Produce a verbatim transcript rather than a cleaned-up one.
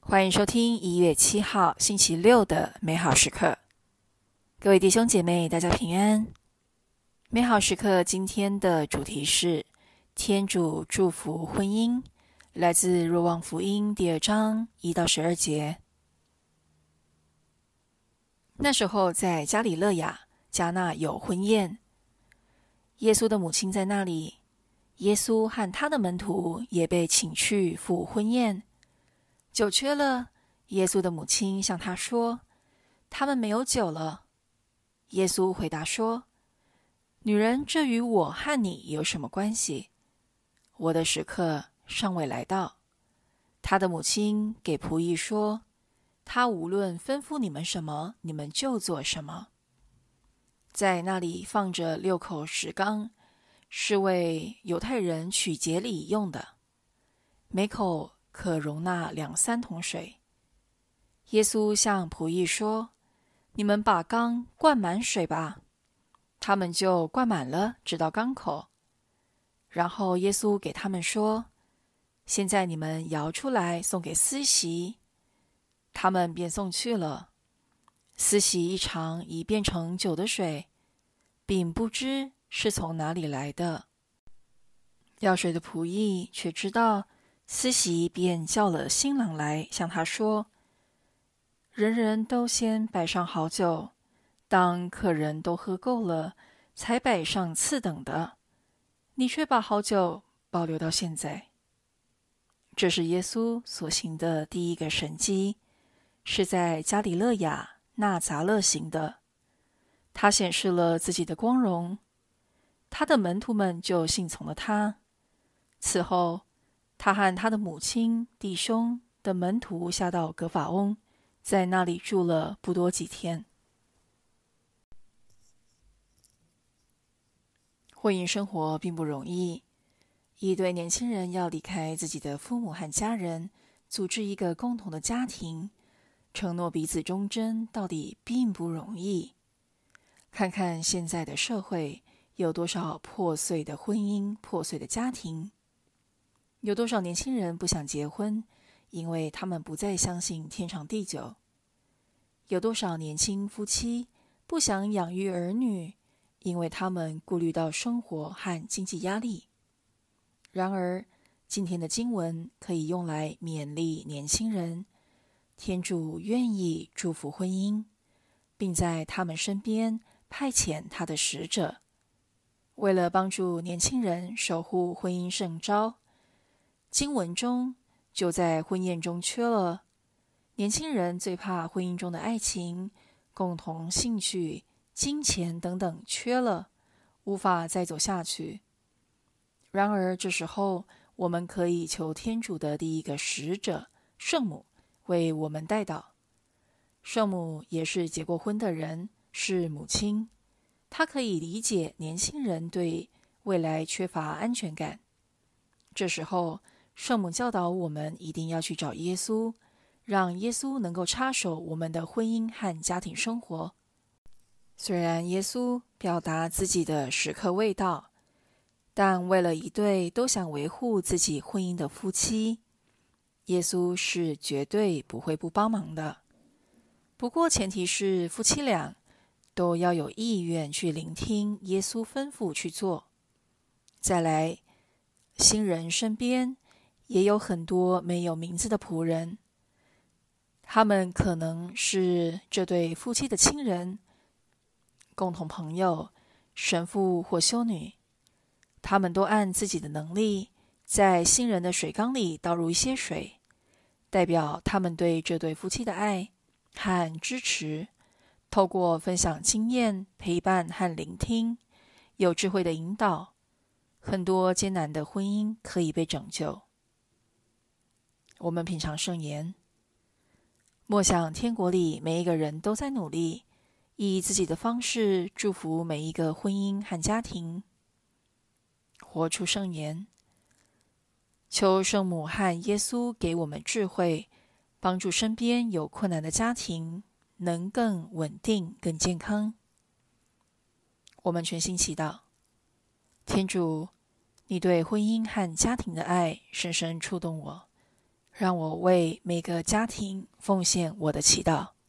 欢迎收听一月七号星期六的美好时刻。各位弟兄姐妹，大家平安。美好时刻今天的主题是天主祝福婚姻，来自若望福音第二章一到十二节。那时候在加里肋亚，迦纳有婚宴，耶稣的母亲在那里，耶稣和他的门徒也被请去赴婚宴。酒缺了，耶稣的母亲向他说：“他们没有酒了。”耶稣回答说：“女人，这与我和你有什么关系？我的时刻尚未来到。”他的母亲给仆役说：“他无论吩咐你们什么，你们就做什么。”在那里放着六口石缸，是为犹太人取节礼用的，每口可容纳两三桶水。耶稣向仆役说：“你们把缸灌满水吧。”他们就灌满了，直到缸口。然后耶稣给他们说：“现在你们舀出来，送给司席。”他们便送去了。司席一尝，已变成酒的水，并不知是从哪里来的。要水的仆役却知道，司席便叫了新郎来，向他说：“人人都先摆上好酒，当客人都喝够了，才摆上次等的。你却把好酒保留到现在。”这是耶稣所行的第一个神迹，是在加里肋亚纳匝勒行的。他显示了自己的光荣，他的门徒们就信从了他。此后，他和他的母亲、弟兄的门徒下到革法翁，在那里住了不多几天。婚姻生活并不容易，一对年轻人要离开自己的父母和家人，组织一个共同的家庭，承诺彼此忠贞，到底并不容易。看看现在的社会，有多少破碎的婚姻、破碎的家庭，有多少年轻人不想结婚，因为他们不再相信天长地久。有多少年轻夫妻不想养育儿女，因为他们顾虑到生活和经济压力。然而，今天的经文可以用来勉励年轻人，天主愿意祝福婚姻，并在他们身边派遣他的使者。为了帮助年轻人守护婚姻圣召，经文中就在婚宴中缺了。年轻人最怕婚姻中的爱情、共同兴趣、金钱等等缺了，无法再走下去。然而这时候，我们可以求天主的第一个使者圣母为我们代祷。圣母也是结过婚的人，是母亲，她可以理解年轻人对未来缺乏安全感。这时候，圣母教导我们一定要去找耶稣，让耶稣能够插手我们的婚姻和家庭生活。虽然耶稣表达自己的时刻未到，但为了一对都想维护自己婚姻的夫妻，耶稣是绝对不会不帮忙的。不过前提是夫妻俩都要有意愿去聆听耶稣吩咐去做。再来，新人身边也有很多没有名字的仆人，他们可能是这对夫妻的亲人、共同朋友、神父或修女。他们都按自己的能力，在新人的水缸里倒入一些水，代表他们对这对夫妻的爱和支持，透过分享经验、陪伴和聆听，有智慧的引导，很多艰难的婚姻可以被拯救。我们品尝圣言，默想天国里每一个人都在努力，以自己的方式祝福每一个婚姻和家庭。活出圣言，求圣母和耶稣给我们智慧，帮助身边有困难的家庭能更稳定、更健康。我们全心祈祷，天主，你对婚姻和家庭的爱深深触动我， 让我为每个家庭奉献我的祈祷。